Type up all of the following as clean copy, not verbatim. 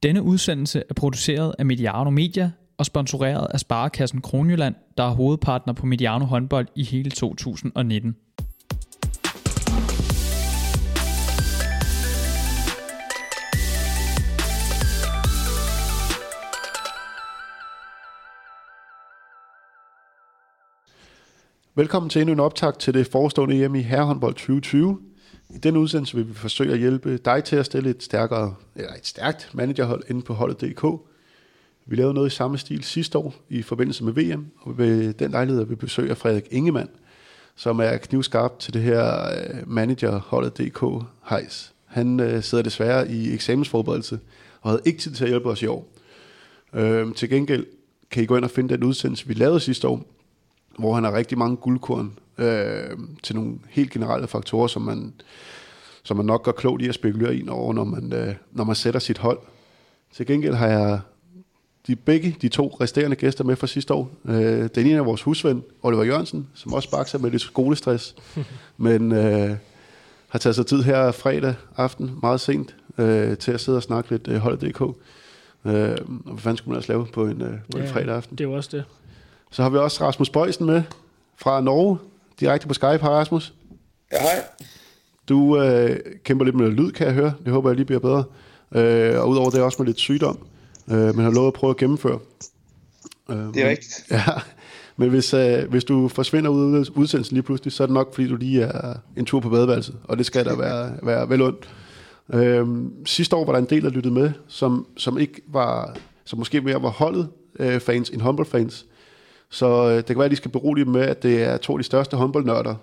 Denne udsendelse er produceret af Mediano Media og sponsoreret af Sparekassen Kronjylland, der er hovedpartner på Mediano håndbold i hele 2019. Velkommen til endnu en optakt til det forestående EM i herrehåndbold 2020. I denne udsendelse vil vi forsøge at hjælpe dig til at stille et stærkt managerhold inde på holdet.dk. Vi lavede noget i samme stil sidste år i forbindelse med VM, og ved den lejlighed vi besøger Frederik Ingemann, som er knivskarp til det her managerholdet.dk hejs. Han sidder desværre i eksamensforberedelse og havde ikke tid til at hjælpe os i år. Til gengæld kan I gå ind og finde den udsendelse, vi lavede sidste år, hvor han har rigtig mange guldkorn til nogle helt generelle faktorer, som man nok gør klogt i at spekulere ind over, når man sætter sit hold. Til gengæld har jeg begge de to resterende gæster med fra sidste år. Den ene er vores husven, Oliver Jørgensen, som også bakser med lidt skolestress, men har taget sig tid her fredag aften, meget sent, til at sidde og snakke lidt holdet.dk. Og hvad fanden skulle man også lave på en fredag aften? Det er jo også det. Så har vi også Rasmus Bøjsen med fra Norge, direkte på Skype. Hej Rasmus. Ja, hej. Du kæmper lidt med lyd, kan jeg høre. Det håber jeg lige bliver bedre. Og udover det også med lidt sygdom, men har lovet at prøve at gennemføre. Det er rigtigt. Ja, men hvis du forsvinder ud af udsendelsen lige pludselig, så er det nok, fordi du lige er en tur på badeværelset, og det skal der være vel ondt. Sidste år var der en del, der lyttede med, som ikke var, som måske mere var holdet fans end håndboldfans. Så det kan være, at de skal berolige med, at det er to af de største håndboldnørder,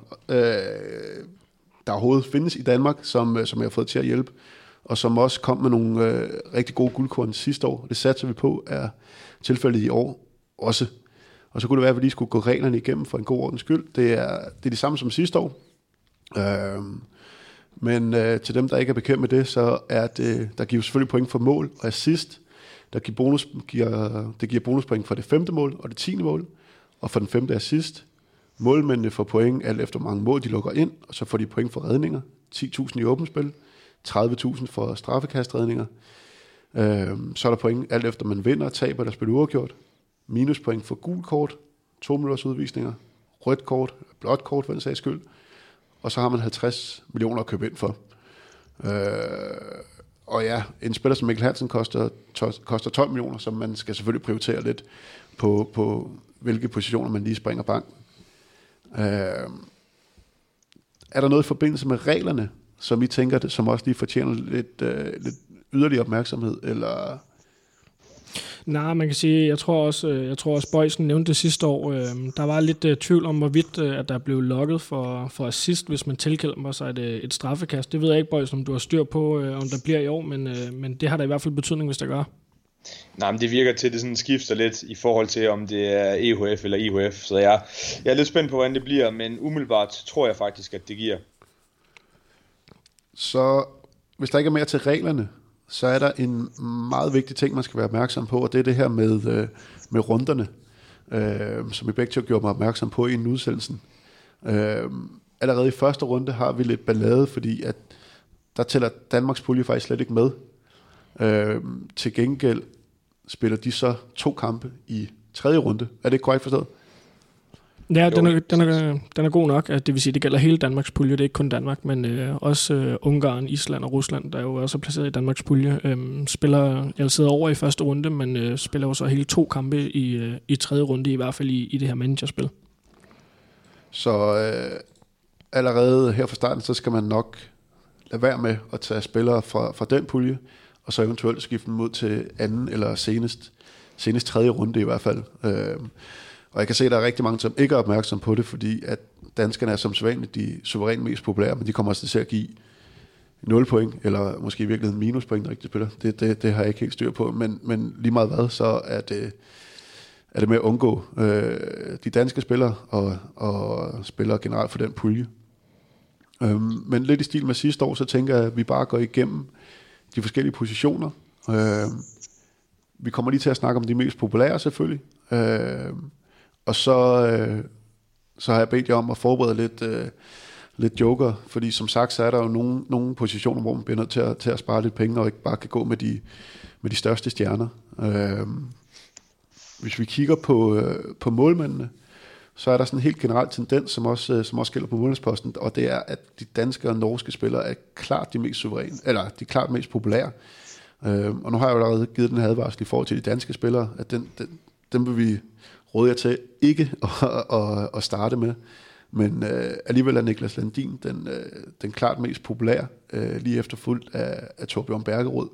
der overhovedet findes i Danmark, som jeg har fået til at hjælpe, og som også kom med nogle rigtig gode guldkorn sidste år. Det satser vi på er tilfældet i år også. Og så kunne det være, at vi lige skulle gå reglerne igennem for en god ordens skyld. Det er de samme som sidste år. Men til dem, der ikke er bekendt med det, så er det, der giver selvfølgelig point for mål og assist. Det giver bonuspoint for det 5. mål og det 10. mål, og for den 5. assist. Målmændene får point alt efter mange mål, de lukker ind, og så får de point for redninger. 10.000 i åbent spil, 30.000 for straffekastredninger. Så er der point alt efter man vinder, taber eller spiller uafgjort. Minuspoint for gul kort, 2 minutters udvisninger, rødt kort, blåt kort for den sags skyld. Og så har man 50 millioner at købe ind for. Og ja, en spiller som Mikkel Hansen koster 12 millioner, som man skal selvfølgelig prioritere lidt på hvilke positioner man lige springer banken. Er der noget i forbindelse med reglerne, som I tænker, som også lige fortjener lidt yderligere opmærksomhed, eller? Nej, man kan sige, jeg tror også Bøjsen nævnte det sidste år. Der var lidt tvivl om, hvorvidt at der blev logget for assist, hvis man tilkæmper sig et straffekast. Det ved jeg ikke, Bøjsen, om du har styr på, om der bliver i år, men det har da i hvert fald betydning, hvis der gør. Nej, men det virker til, at det sådan skifter lidt i forhold til, om det er EHF eller IHF. Så jeg er lidt spændt på, hvordan det bliver, men umiddelbart tror jeg faktisk, at det giver. Så hvis der ikke er mere til reglerne, så er der en meget vigtig ting, man skal være opmærksom på, og det er det her med runderne, som vi begge to gjorde mig opmærksom på i en udsendelsen. Allerede i første runde har vi lidt ballade, fordi at der tæller Danmarks pulje faktisk slet ikke med. Til gengæld spiller de så 2 kampe i 3. runde. Er det ikke korrekt forstået? Ja, den er god nok. Det vil sige, det gælder hele Danmarks pulje. Det er ikke kun Danmark, men også Ungarn, Island og Rusland, der jo også er placeret i Danmarks pulje. Jeg sidder over i første runde, men spiller jo så hele 2 kampe i 3. runde, i hvert fald i det her managerspil. Så allerede her fra starten, så skal man nok lade være med at tage spillere fra den pulje, og så eventuelt skifte dem ud til anden eller senest 3. runde i hvert fald. Og jeg kan se, at der er rigtig mange, som ikke er opmærksom på det, fordi at danskerne er som sædvanligt de suverænt mest populære, men de kommer også til at give 0 point, eller måske i virkeligheden minuspoint, når ikke de spiller. Det har jeg ikke helt styr på, men lige meget hvad, så er det med at undgå de danske spillere og spillere generelt for den pulje. Men lidt i stil med sidste år, så tænker jeg, at vi bare går igennem de forskellige positioner. Vi kommer lige til at snakke om de mest populære selvfølgelig. Og så har jeg bedt jer om at forberede lidt joker, fordi som sagt, så er der jo nogle positioner, hvor man bliver nødt til at spare lidt penge, og ikke bare kan gå med med de største stjerner. Hvis vi kigger på målmændene, så er der sådan en helt generel tendens, som også gælder på målmandsposten, og det er, at de danske og norske spillere er klart de mest suveræne, eller de klart mest populære. Og nu har jeg jo allerede givet den her advarsel i forhold til de danske spillere, at den vil vi råde jer til ikke at starte med. Men alligevel er Niklas Landin den klart mest populære, lige efterfulgt af Torbjørn Bergerud.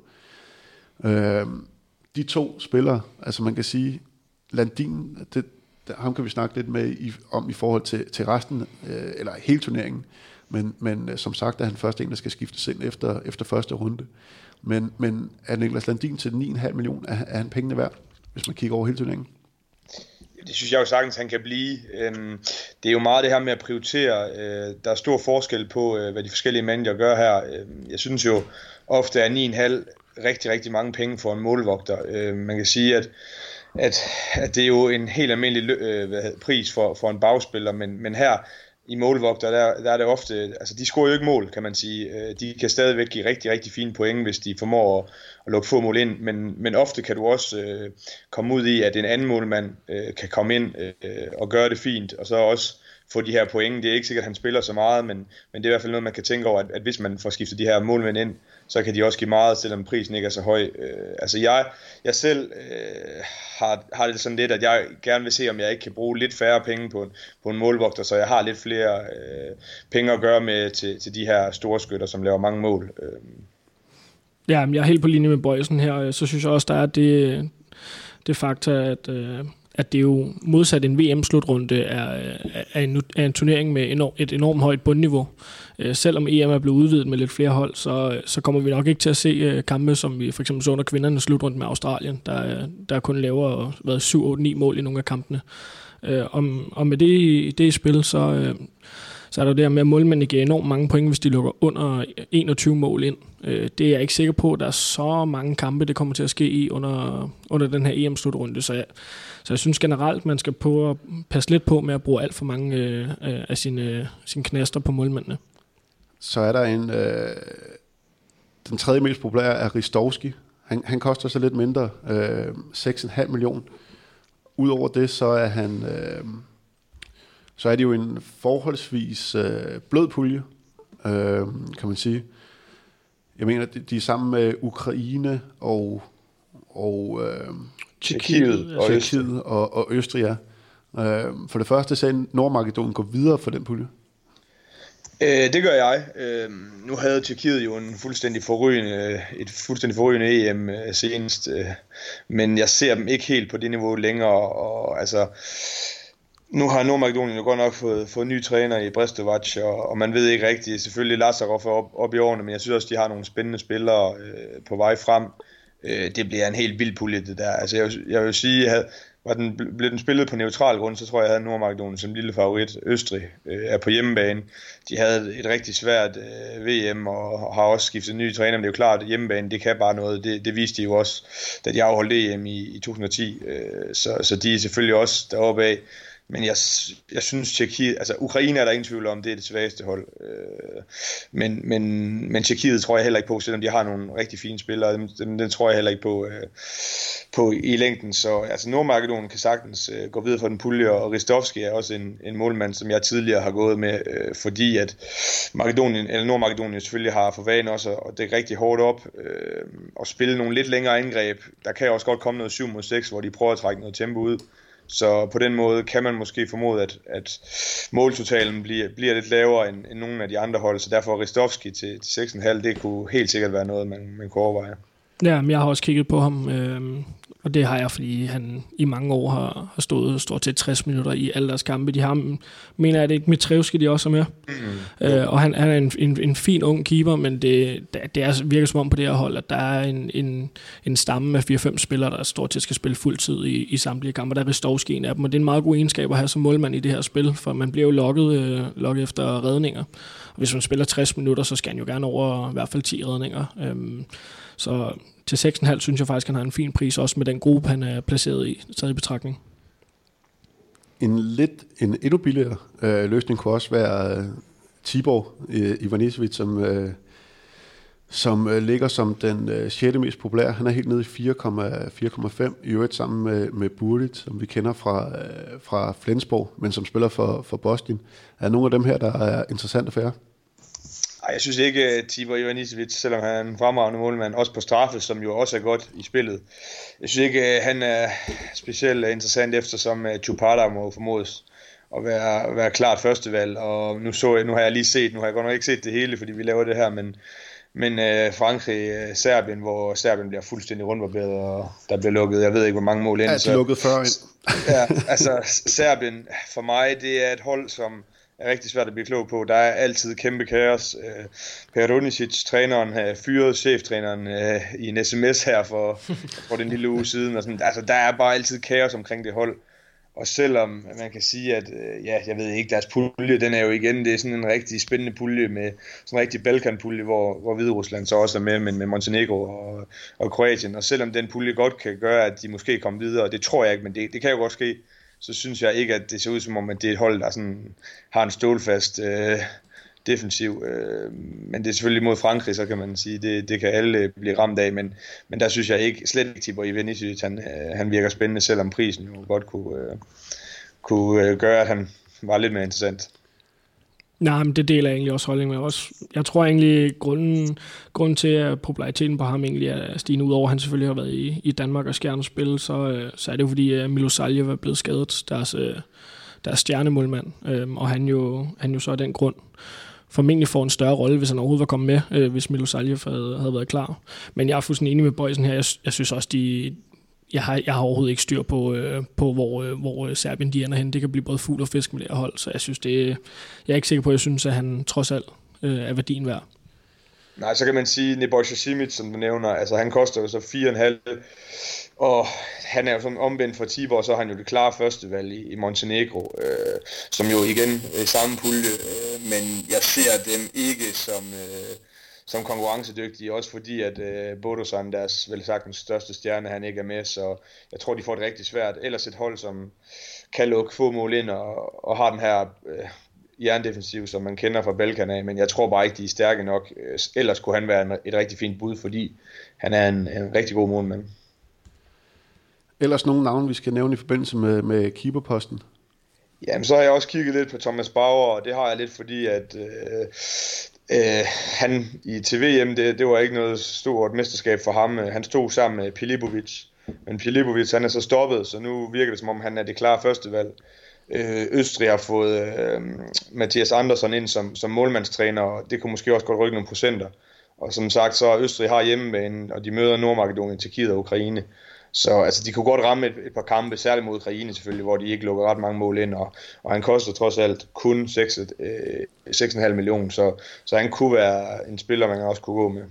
De to spillere, altså man kan sige, Landin, ham kan vi snakke lidt med om i forhold til resten, eller hele turneringen, men som sagt er han først en, der skal skiftes ind efter første runde. Men er Niklas Landin til 9,5 millioner, er han pengene værd, hvis man kigger over hele turneringen? Det synes jeg jo sagtens, han kan blive. Det er jo meget det her med at prioritere. Der er stor forskel på, hvad de forskellige manager gør her. Jeg synes jo ofte, at 9,5 rigtig, rigtig mange penge for en målvogter. Man kan sige, at det er jo en helt almindelig pris for en bagspiller, men her i målvogter, der er det ofte, altså de scorer jo ikke mål, kan man sige. De kan stadigvæk give rigtig, rigtig fine point, hvis de formår at lukke få mål ind, men ofte kan du også komme ud i, at en anden målmand kan komme ind og gøre det fint, og så også få de her point. Det er ikke sikkert, at han spiller så meget, men det er i hvert fald noget, man kan tænke over, at hvis man får skiftet de her målmænd ind, så kan de også give meget, selvom prisen ikke er så høj. Altså jeg selv har det sådan lidt, at jeg gerne vil se, om jeg ikke kan bruge lidt færre penge på en målvogter, så jeg har lidt flere penge at gøre med til de her store skytter, som laver mange mål. Ja, men jeg er helt på linje med Bøjsen her. Så synes jeg også, der er det fakta, at det jo modsat en VM-slutrunde er en turnering med et enormt højt bundniveau. Selvom EM er blevet udvidet med lidt flere hold, så kommer vi nok ikke til at se kampe, som vi for eksempel så under kvindernes slutrunde med Australien, der kun laver 7-8-9 mål i nogle af kampene. Og med det i spil, så er der det med, at målmændene giver enormt mange point, hvis de lukker under 21 mål ind. Det er jeg ikke sikker på, at der er så mange kampe, det kommer til at ske i under den her EM-slutrunde. Så jeg synes generelt, man skal prøve at passe lidt på med at bruge alt for mange af sine knaster på målmændene. Så er der den tredje mest populære er Ristovski. Han koster så lidt mindre, 6,5 millioner. Udover det, så er han... så er det jo en forholdsvis blød pulje, kan man sige. Jeg mener, de er sammen med Ukraine og Tjekkiet og Østrig. Ja. For det første sagde Nordmakedonien gå videre for den pulje. Det gør jeg. Nu havde Tjekkiet jo et fuldstændig forrygende EM senest, men jeg ser dem ikke helt på det niveau længere, og altså nu har Nordmakedonien jo godt nok fået nye træner i Brestovac, og man ved ikke rigtigt, selvfølgelig Lazarov er op i årene, men jeg synes også, de har nogle spændende spillere på vej frem. Det bliver en helt vild pulje, det der. Altså jeg vil sige, blev den spillet på neutral grund, så tror jeg havde Nordmakedonien som lille favorit. Østrig er på hjemmebane. De havde et rigtig svært VM og har også skiftet nye træner, men det er jo klart, at hjemmebane, det kan bare noget. Det viste de jo også, da de afholdt EM i 2010. Så de er selvfølgelig også deroppe af. Men jeg synes, Tjekkiet, altså Ukraine er der ingen tvivl om, det er det svageste hold. Men Tjekkiet tror jeg heller ikke på, selvom de har nogle rigtig fine spillere, den tror jeg heller ikke på i længden. Så altså Nordmakedonien kan sagtens gå videre for den pulje, og Ristovski er også en målmand, som jeg tidligere har gået med, fordi at Nordmakedonien selvfølgelig har for vane også at dække rigtig hårdt op og spille nogle lidt længere angreb. Der kan også godt komme noget 7-6, hvor de prøver at trække noget tempo ud. Så på den måde kan man måske formode, at måltotalen bliver lidt lavere end nogle af de andre hold, så derfor Ristovski til 6,5, det kunne helt sikkert være noget, man kunne overveje. Ja, men jeg har også kigget på ham, og det har jeg, fordi han i mange år har stået stort til 60 minutter i alle deres kampe. De har, mener jeg, det ikke Mitrevski, de også er med. Og han er en fin ung keeper, men det virker som om på det her hold, at der er en stamme med 4-5 spillere, der stort til skal spille fuldtid i samtlige kampe. Der er Ristovski en af dem, og det er en meget god egenskab at have som målmand i det her spil, for man bliver jo lokket efter redninger. Og hvis man spiller 60 minutter, så skal han jo gerne over i hvert fald 10 redninger. Så til 6,5 synes jeg faktisk, han har en fin pris, også med den gruppe, han er placeret i, taget i betragtning. En endnu billigere løsning kunne også være Tibor Ivanisevic, som ligger som den 6. mest populære. Han er helt nede i 4,5, i øvrigt sammen med Buric, som vi kender fra Flensborg, men som spiller for Boston. Er nogle af dem her, der er interessante for jer? Ej, jeg synes ikke, Tibor Ivanisevic, selvom han er en fremragende målmand, også på straffe, som jo også er godt i spillet. Jeg synes ikke, han er specielt interessant, eftersom Chupala må formodes at være klart førstevalg. Og nu har jeg godt nok ikke set det hele, fordi vi laver det her, men Frankrig, Serbien, hvor Serbien bliver fuldstændig rundbarberet, og der bliver lukket, jeg ved ikke, hvor mange mål ind. Ja, de lukkede 40 ind. Ja, altså Serbien, for mig, det er et hold, som er rigtig svært at blive klog på. Der er altid kæmpe kaos. Perunicic, træneren, har fyret cheftræneren i en sms her for den lille uge siden. Og sådan. Altså, der er bare altid kaos omkring det hold. Og selvom man kan sige, at jeg ved ikke, deres pulje, den er jo igen, det er sådan en rigtig spændende pulje, med sådan en rigtig Balkan-pulje, hvor Hviderusland så også er med, men med Montenegro og Kroatien. Og selvom den pulje godt kan gøre, at de måske kommer videre, og det tror jeg ikke, men det kan jo godt ske, så synes jeg ikke, at det ser ud som om, at det er et hold, der sådan har en stålfast defensiv. Men det er selvfølgelig mod Frankrig, så kan man sige, det kan alle blive ramt af, men der synes jeg ikke, slet ikke Tibor Ivanisevic, han virker spændende, selvom prisen jo godt kunne gøre, at han var lidt mere interessant. Nej, men det deler jeg egentlig også holdning med. Jeg tror egentlig, grunden til, at populariteten på ham egentlig er stigende, udover at han selvfølgelig har været i Danmark og stjernespil, så er det jo fordi, Milosavljev er blevet skadet, deres stjernemålmand, og han jo så af den grund formentlig får en større rolle, hvis han overhovedet var kommet med, hvis Milosavljev havde været klar. Men jeg er fuldstændig enig med Boysen her. Jeg synes også, jeg har overhovedet ikke styr på hvor Serbien de ender hen. Det kan blive både fugl og fisk med det her hold, så jeg synes jeg er ikke sikker på, at jeg synes, at han trods alt er værdien værd. Nej, så kan man sige, Nebojša Simić, som du nævner, altså han koster jo så 4,5, og han er jo sådan omvendt for Tibor, så er han jo det klare førstevalg i Montenegro, som jo igen samme pulje, men jeg ser dem ikke som konkurrencedygtige, også fordi at Bodosan, deres vel sagt den største stjerne, han ikke er med, så jeg tror, de får det rigtig svært. Ellers et hold, som kan lukke få mål ind og har den her jerndefensiv, som man kender fra Balkan af, men jeg tror bare ikke, de er stærke nok. Ellers kunne han være et rigtig fint bud, fordi han er en rigtig god målmand. Ellers nogle navne, vi skal nævne i forbindelse med keeperposten? Jamen, så har jeg også kigget lidt på Thomas Bauer, og det har jeg lidt, fordi at han til VM, det var ikke noget stort mesterskab for ham. Han stod sammen med Pilipovic, men Pilipovic han er så stoppet, så nu virker det som om han er det klare førstevalg. Østrig har fået Mathias Andersson ind som målmandstræner, og det kunne måske også godt rykke nogle procenter. Og som sagt, så Østrig har hjemmebane, og de møder Nordmakedonien, Tjekkiet og Ukraine. Så altså, de kunne godt ramme et par kampe, særligt mod Ukraine selvfølgelig, hvor de ikke lukker ret mange mål ind, og han koster trods alt kun 6,5 millioner, så han kunne være en spiller, man også kunne gå med.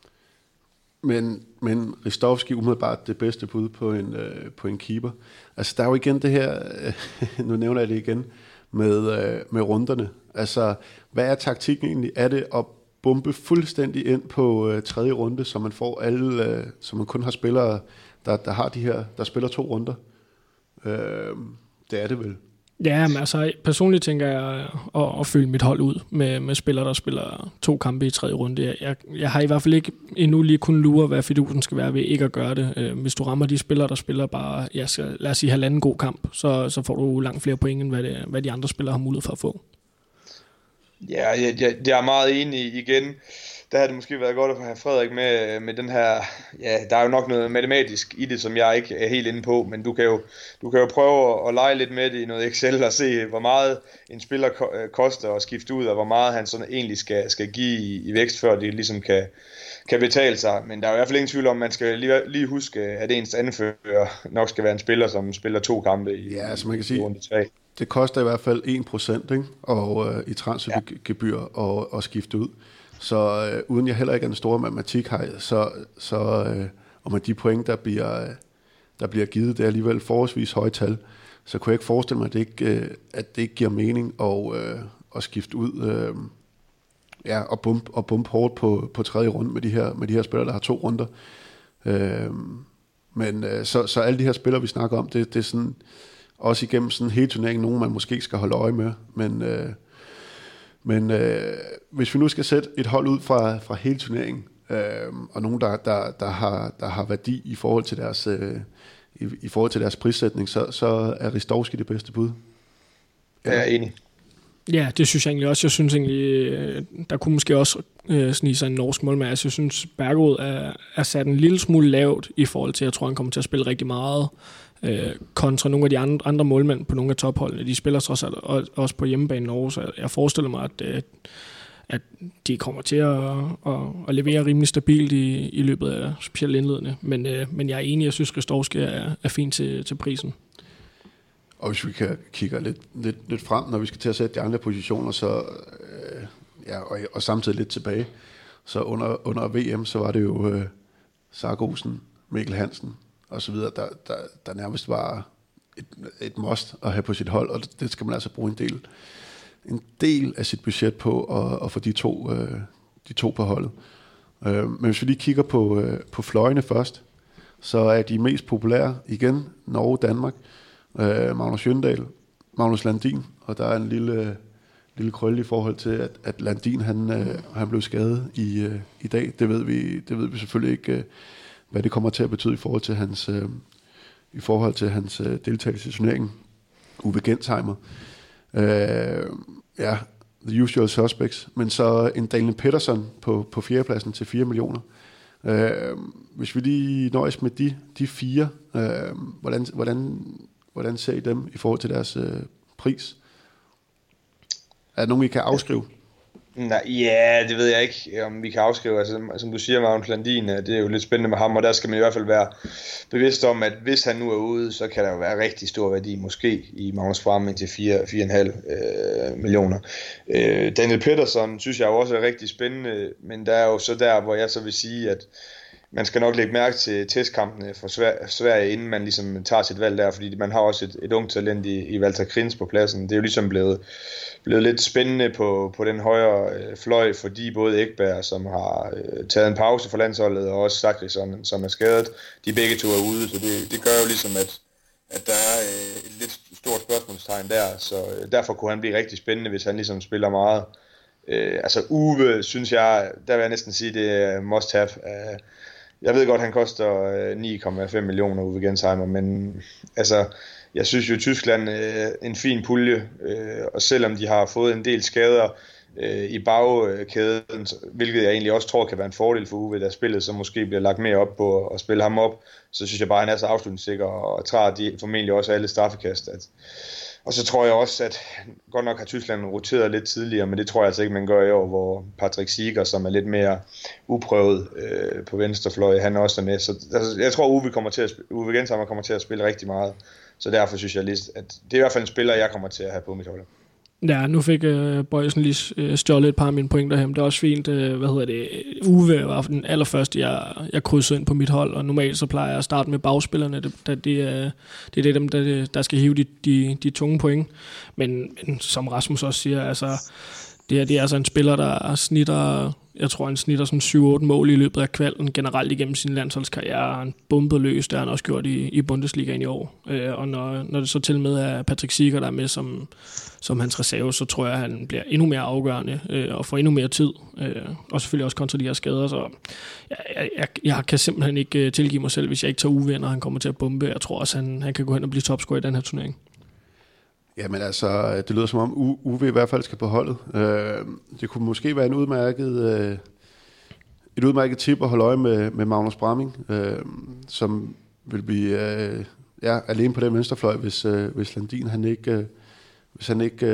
Men Ristovski umiddelbart det bedste bud på en keeper. Altså der er jo igen det her, nu nævner jeg det igen, med runderne. Altså hvad er taktikken egentlig? Er det at bombe fuldstændig ind på tredje runde, så man får alle, så man kun har spillere, der har de her, der spiller 2 runder? Det er det vel. Ja, men altså personligt tænker jeg at fylde mit hold ud med spillere, der spiller 2 kampe i tredje runde. Jeg har i hvert fald ikke endnu lige kun lure, hvad fidusen skal være ved ikke at gøre det. Hvis du rammer de spillere, der spiller bare, lad os sige 1,5 god kamp, så får du langt flere point, end hvad de andre spillere har mulighed for at få. Ja, jeg er meget enig igen. Der havde det måske været godt at have Frederik med den her, ja, der er jo nok noget matematisk i det, som jeg ikke er helt inde på, men du kan jo prøve at lege lidt med det i noget Excel og se, hvor meget en spiller koster at skifte ud, og hvor meget han sådan egentlig skal give i vækst, før det ligesom kan betale sig. Men der er i hvert fald ingen tvivl om, man skal lige huske, at ens anfører nok skal være en spiller, som spiller 2 kampe i, ja, altså man kan sige, runde 3. Det koster i hvert fald 1%, ikke? Og i transfergebyr og skifte ud. Så uden jeg heller ikke er en stor matematik her, så og med de point, der bliver givet, det er alligevel forholdsvis høje tal, så kunne jeg ikke forestille mig, at det ikke giver mening at skifte ud og bumpe hårdt på tredje runde med de her spillere, der har 2 runder. Men så alle de her spillere, vi snakker om, det er sådan, også igennem sådan en hele turnering, nogen man måske skal holde øje med, men hvis vi nu skal sætte et hold ud fra hele turneringen, og nogen, der har værdi i forhold til deres, i forhold til deres prissætning, så er Ristovski det bedste bud. Ja. Jeg er enig. Ja, det synes jeg egentlig også. Jeg synes egentlig, der kunne måske også snige sig en norsk målmand. Altså, jeg synes, Bergerud er sat en lille smule lavt i forhold til, jeg tror, han kommer til at spille rigtig meget kontra nogle af de andre målmænd på nogle af topholdene. De spiller trods alt også på hjemmebane i Norge, så jeg forestiller mig, at de kommer til at levere rimelig stabilt i løbet af specielt indledende. Men jeg er enig, jeg synes, Ristovski er fint til prisen. Og hvis vi kan kigge lidt frem, når vi skal til at sætte de andre positioner, så og samtidig lidt tilbage, så under VM, så var det jo Sargosen, Mikkel Hansen og så videre, der nærmest var et must at have på sit hold, og det skal man altså bruge en del af sit budget på at få de to på holdet. Men hvis vi lige kigger på fløjene først, så er de mest populære igen Norge, Danmark, Magnus Jøndal, Magnus Landin, og der er en lille krølle i forhold til, at Landin han blev skadet i dag. Det ved vi selvfølgelig ikke, hvad det kommer til at betyde i forhold til hans deltagelse i turneringen. Uwe Gensheimer. The usual suspects, men så en Daniel Pettersson på fjerdepladsen til 4 millioner. Hvis vi lige nøjes med de fire, hvordan ser I dem i forhold til deres pris? Er der nogen, I kan afskrive? Nej, det ved jeg ikke, om vi kan afskrive. Altså, som du siger, Magnus Landin, det er jo lidt spændende med ham, og der skal man i hvert fald være bevidst om, at hvis han nu er ude, så kan der jo være rigtig stor værdi, måske i Magnus Bramming til 4,5 millioner. Daniel Pettersson synes jeg jo også er rigtig spændende, men der er jo så der, hvor jeg så vil sige, at man skal nok lægge mærke til testkampene for Sverige, inden man ligesom tager sit valg der, fordi man har også et ungt talent i Walter Krins på pladsen. Det er jo ligesom blevet lidt spændende på den højre fløj, fordi både Ekberg, som har taget en pause for landsholdet, og også Zachrisson, som er skadet, de begge to er ude, så det gør jo ligesom, at der er et lidt stort spørgsmålstegn der, så derfor kunne han blive rigtig spændende, hvis han ligesom spiller meget. Altså Uwe, synes jeg, der vil jeg næsten sige, det er must have. Jeg ved godt, han koster 9,5 millioner Uwe Gensheimer, men altså, jeg synes jo, Tyskland en fin pulje, og selvom de har fået en del skader i bagkæden, hvilket jeg egentlig også tror kan være en fordel for Uwe, der spillet så måske bliver lagt mere op på at spille ham op, så synes jeg bare, han er så afslutningssikker, og tager de formentlig også alle straffekast. Og så tror jeg også, at godt nok har Tyskland roteret lidt tidligere, men det tror jeg altså ikke, man gør i år, hvor Patrick Seeger, som er lidt mere uprøvet på venstrefløj, han også er med. Så altså, jeg tror, Uwe Gensheimer kommer til at spille rigtig meget. Så derfor synes jeg, at det er i hvert fald en spiller, jeg kommer til at have på mit hold. Ja, nu fik Bøjsen lige stjålet et par af mine pointer her. Det er også fint. Uwe var den allerførste, jeg krydsede ind på mit hold, og normalt så plejer jeg at starte med bagspillerne. Det er dem, der skal hive de tunge point. Men som Rasmus også siger, altså, det er altså en spiller, der snitter, jeg tror han snitter sådan 7-8 mål i løbet af kvalden generelt igennem sin landsholdskarriere. Han bombet løs, det har han også gjort i Bundesligaen i år. Og når det så til med er Patrick Seeger, der er med som hans reserve, så tror jeg, at han bliver endnu mere afgørende og får endnu mere tid. Og selvfølgelig også kontra de her skader. Så jeg kan simpelthen ikke tilgive mig selv, hvis jeg ikke tager Uwe, når han kommer til at bombe. Jeg tror også, han kan gå hen og blive topscorer i den her turnering. Jamen altså, det lyder som om Uwe i hvert fald skal på holdet. Det kunne måske være et udmærket tip at holde øje med Magnus Bramming, som vil blive alene på den venstrefløj, hvis Landin hvis han ikke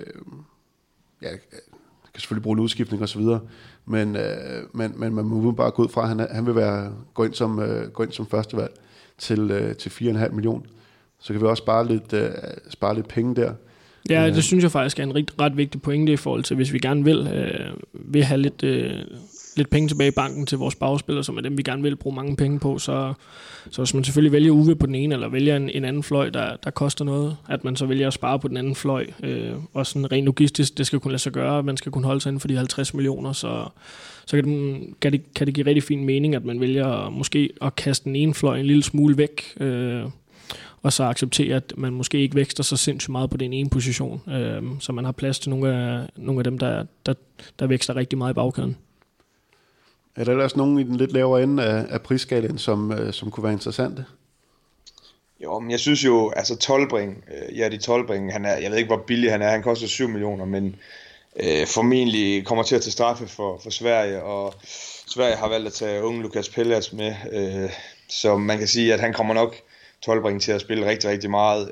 kan selvfølgelig bruge en udskiftning og så videre, men man må bare gå ud fra, at han vil gå ind som førstevalg til 4,5 millioner. Så kan vi også spare lidt penge der. Ja, det synes jeg faktisk er en ret vigtig pointe i forhold til, hvis vi gerne vil have lidt penge tilbage i banken til vores bagspillere, som er dem, vi gerne vil bruge mange penge på, så hvis man selvfølgelig vælger Uwe på den ene, eller vælger en anden fløj, der koster noget, at man så vælger at spare på den anden fløj, og sådan rent logistisk, det skal kunne lade sig gøre, man skal kunne holde sig inden for de 50 millioner, så kan det give rigtig fin mening, at man vælger måske at kaste den ene fløj en lille smule væk, og så acceptere, at man måske ikke vækster så sindssygt meget på den ene position, så man har plads til nogle af dem, der vækster rigtig meget i bagkæden. Er der ellers nogen i den lidt lavere ende af prisskalaen, som kunne være interessante? Jo, men jeg synes jo, altså Tolbring, Tolbring, jeg ved ikke, hvor billig han er, han koster 7 millioner, men formentlig kommer til at tage straffe for Sverige, og Sverige har valgt at tage unge Lukas Pellas med, så man kan sige, at han kommer nok Tolbring til at spille rigtig, rigtig meget,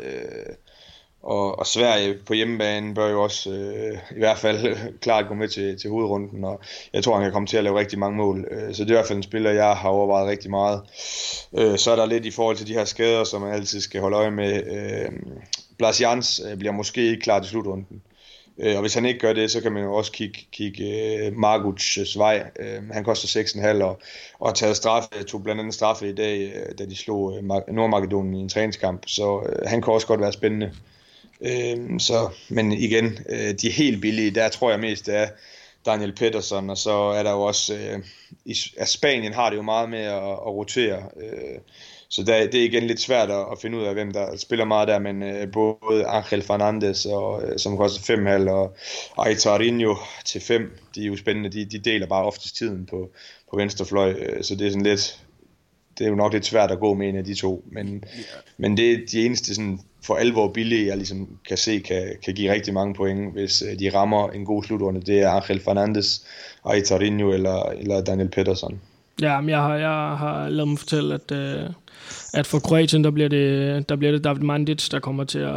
og Sverige på hjemmebane bør jo også i hvert fald klart gå med til hovedrunden, og jeg tror, han kan komme til at lave rigtig mange mål. Så det er i hvert fald en spiller, jeg har overvejet rigtig meget. Så er der lidt i forhold til de her skader, som man altid skal holde øje med. Blas Jans bliver måske ikke klar til slutrunden. Og hvis han ikke gør det, så kan man jo også kigge Marguts vej. Han koster 6,5 og har taget straffe, tog blandt andet straffe i dag, da de slog Nordmakedonien i en træningskamp. Så han kan også godt være spændende. Men igen, de er helt billige. Der tror jeg mest, det er Daniel Pettersson, og så er der jo også Spanien har det jo meget med at rotere, så det er igen lidt svært at finde ud af, hvem der spiller meget der, men både Angel Fernandes, som koster 5,5, og Aitarinho til 5, de er jo spændende, de deler bare oftest tiden på venstrefløj, så det er sådan lidt, det er jo nok lidt svært at gå med en af de to, men det er de eneste sådan for alvor billige, jeg ligesom kan se, kan give rigtig mange point, hvis de rammer en god slutrunde. Det er Angel Fernandes, Aitarinho eller Daniel Pettersson. Ja, men jeg har lavet mig fortælle, at for Kroatien, der bliver det David Mandic, der kommer til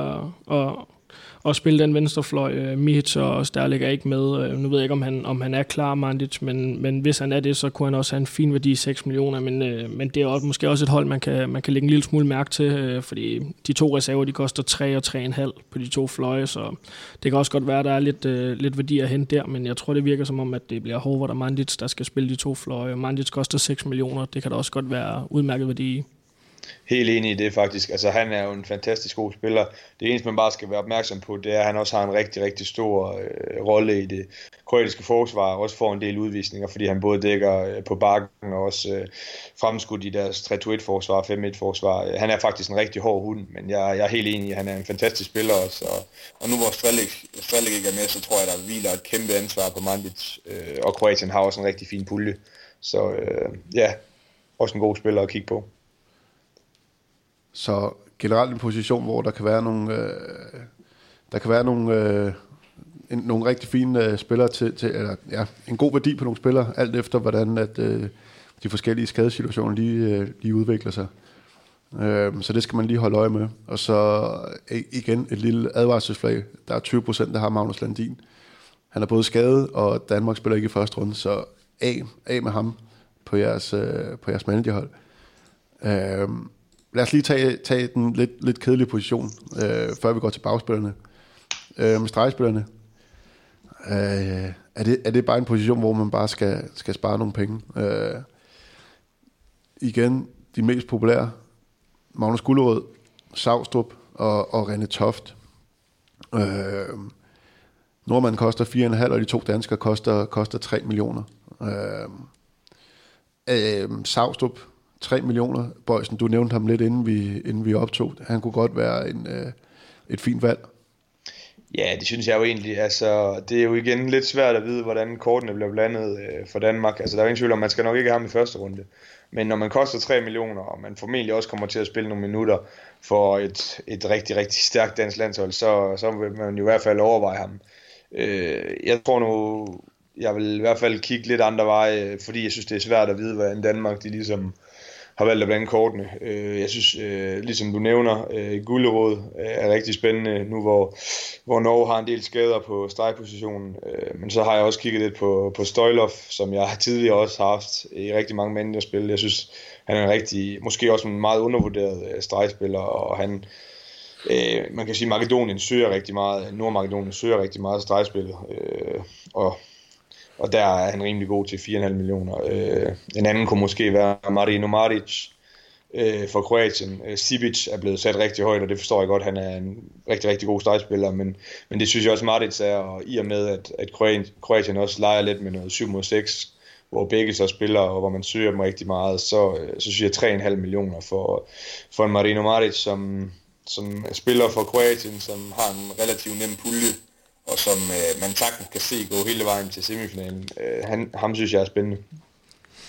at spille den venstrefløj. Mihic og Sterling er ikke med. Nu ved jeg ikke, om han er klar, Mandic, men hvis han er det, så kunne han også have en fin værdi, 6 millioner, men det er også, måske også et hold, man kan lægge en lille smule mærke til, fordi de to reserver, de koster 3 og 3,5 på de to fløje, så det kan også godt være, at der er lidt værdi at hente der, men jeg tror, det virker som om, at det bliver Håvard og Mandic, der skal spille de to fløje. Mandic koster 6 millioner, det kan da også godt være udmærket værdi i. Helt enig i det faktisk. Altså han er jo en fantastisk god spiller. Det eneste man bare skal være opmærksom på, det er at han også har en rigtig, rigtig stor rolle i det kroatiske forsvar, og også får en del udvisninger, fordi han både dækker på bakken og også fremskudt i deres 3-2-1 forsvar, 5-1 forsvar. Han er faktisk en rigtig hård hund, men jeg er helt enig i, at han er en fantastisk spiller også. Og nu hvor Strelic ikke er med, så tror jeg, der hviler et kæmpe ansvar på Mandic, og Kroatien har også en rigtig fin pulje. Så også en god spiller at kigge på. Så generelt en position, hvor der kan være nogle rigtig fine spillere eller en god værdi på nogle spillere, alt efter hvordan at de forskellige skadesituationer lige udvikler sig. Så det skal man lige holde øje med. Og så igen et lille advarselsflag. Der er 20%, der har Magnus Landin. Han er både skadet, og Danmark spiller ikke i første runde, så af med ham på jeres managerhold. Lad os lige tage den lidt kedelige position, før vi går til bagspillerne. Med stregspillerne. Er det bare en position, hvor man bare skal spare nogle penge? Igen, de mest populære. Magnus Gullerød, Savstrup og René Toft. Nordmanden koster 4,5, og de to danskere koster 3 millioner. Savstrup 3 millioner. Bøjsen, du nævnte ham lidt inden vi optog. Han kunne godt være et fint valg. Ja, det synes jeg jo egentlig. Altså, det er jo igen lidt svært at vide, hvordan kortene bliver blandet for Danmark. Altså, der er ingen tvivl om, man skal nok ikke have ham i første runde. Men når man koster 3 millioner, og man formentlig også kommer til at spille nogle minutter for et rigtig, rigtig stærkt dansk landshold, så vil man jo i hvert fald overveje ham. Jeg tror nu, jeg vil i hvert fald kigge lidt andre veje, fordi jeg synes, det er svært at vide, hvordan Danmark de ligesom har valgt at blande kortene. Jeg synes, ligesom du nævner, Gullerød er rigtig spændende nu, hvor Norge har en del skader på stregpositionen. Men så har jeg også kigget lidt på Stoilov, som jeg tidligere også har haft i rigtig mange managerspil. Jeg synes, han er en rigtig, måske også en meget undervurderet stregspiller, og han, man kan sige, Makedonien søger rigtig meget, Nordmakedonien søger rigtig meget stregspillet, og der er han rimelig god til 4,5 millioner. En anden kunne måske være Marino Maric for Kroatien. Sibic er blevet sat rigtig højt, og det forstår jeg godt. Han er en rigtig, rigtig god stregspiller, men det synes jeg også Maric er, og i og med, at Kroatien også leger lidt med noget 7-6, hvor begge så spiller, og hvor man søger dem rigtig meget, så synes jeg 3,5 millioner for en Marino Maric, som spiller for Kroatien, som har en relativt nem pulje, og som man sagtens kan se gå hele vejen til semifinalen. Ham synes jeg er spændende.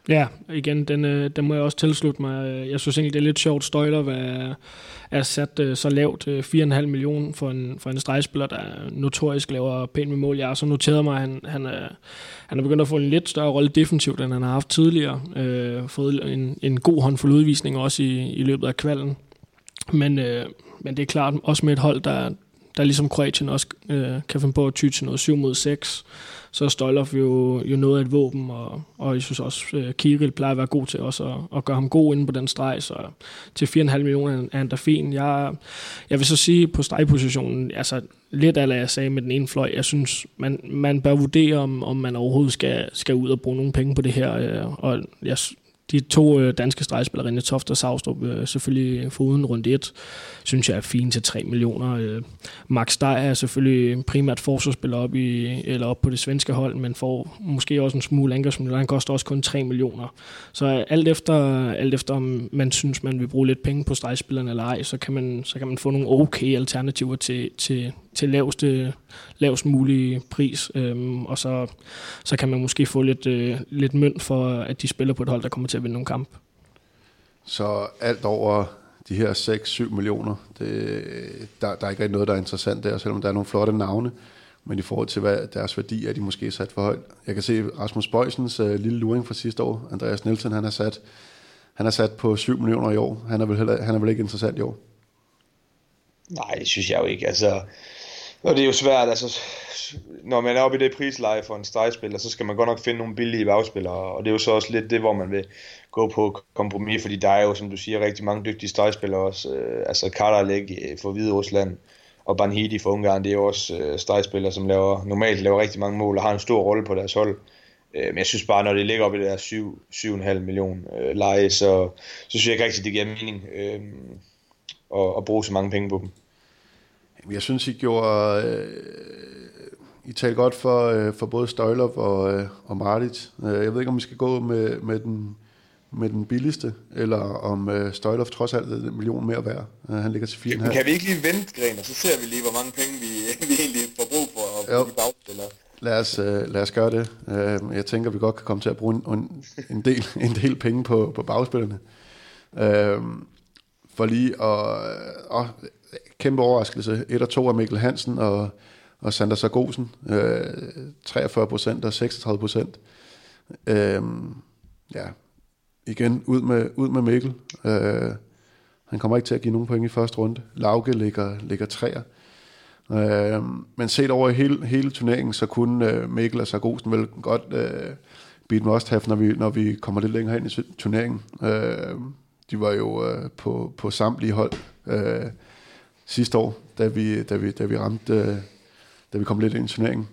Ja, igen, den må jeg også tilslutte mig. Jeg synes egentlig, det er lidt sjovt, Støjler er sat så lavt, 4,5 millioner for en stregspiller, der notorisk laver pænt med mål. Jeg har så noteret mig, at han er begyndt at få en lidt større rolle defensivt, end han har haft tidligere. Fået en god håndfuld udvisning også i løbet af kvalden. Men det er klart, også med et hold, der ligesom Kroatien også kan finde på at ty til noget 7 mod 6, så er Støjlov jo noget af et våben, og jeg synes også, Kirill plejer at være god til også at gøre ham god inde på den streg, så til 4,5 millioner er han da fin. Jeg vil så sige på stregpositionen, altså lidt af jeg sagde med den ene fløj, jeg synes, man bør vurdere, om man overhovedet skal ud og bruge nogle penge på det her, og de 2 danske stregspillere, René Toft og Savstrup, selvfølgelig foruden runde 1, synes jeg er fint til 3 millioner. Max Steyr er selvfølgelig primært forsvarsspiller op på det svenske hold, men får måske også en smule angrebsspiller. Han koster også kun 3 millioner. Så alt efter om man synes, man vil bruge lidt penge på stregspillerne eller ej, så kan man få nogle okay alternativer til lavest mulige pris, og så kan man måske få lidt mønt for, at de spiller på et hold, der kommer til at vinde nogle kamp. Så alt over de her 6-7 millioner, der er ikke rigtig noget, der er interessant der, selvom der er nogle flotte navne, men i forhold til hvad deres værdi er, de måske sat for højt. Jeg kan se Rasmus Bøjsens lille luring fra sidste år, Andreas Nielsen, han er sat på 7 millioner i år. Han er vel ikke interessant i år? Nej, det synes jeg jo ikke. Altså, og det er jo svært, altså, når man er oppe i det prisleje for en stregspiller, så skal man godt nok finde nogle billige bagspillere, og det er jo så også lidt det, hvor man vil gå på kompromis, fordi der er jo, som du siger, rigtig mange dygtige stregspillere også. Altså Karalek for Hviderusland og Banhidi for Ungarn, det er jo også stregspillere, som normalt laver rigtig mange mål og har en stor rolle på deres hold. Men jeg synes bare, når det ligger oppe i det der 7,5 million leje, så synes jeg ikke rigtig, det giver mening at bruge så mange penge på dem. Jeg synes, I talte godt for både Støjlov og Martic. Jeg ved ikke, om vi skal gå med den billigste, eller om Støjlov trods alt er 1 million mere værd. Han ligger til 4,5. Kan vi ikke lige vente, Gren, og så ser vi lige, hvor mange penge vi egentlig får brug for at bruge de bagspillere? Lad os gøre det. Jeg tænker, vi godt kan komme til at bruge en del penge på bagspillerne. For lige at kæmpe overraskelse. 1 og 2 af Mikkel Hansen og Sander Sargosen. 43% og 36%. Ja, igen ud med Mikkel. Han kommer ikke til at give nogen point i første runde. Lauke ligger 3'er. Men set over hele turneringen, så kunne Mikkel og Sargosen vel godt beat must have, når vi kommer lidt længere hen i turneringen. De var jo på samtlige hold sidste år, da vi ramte, da vi kom lidt ind i turneringen.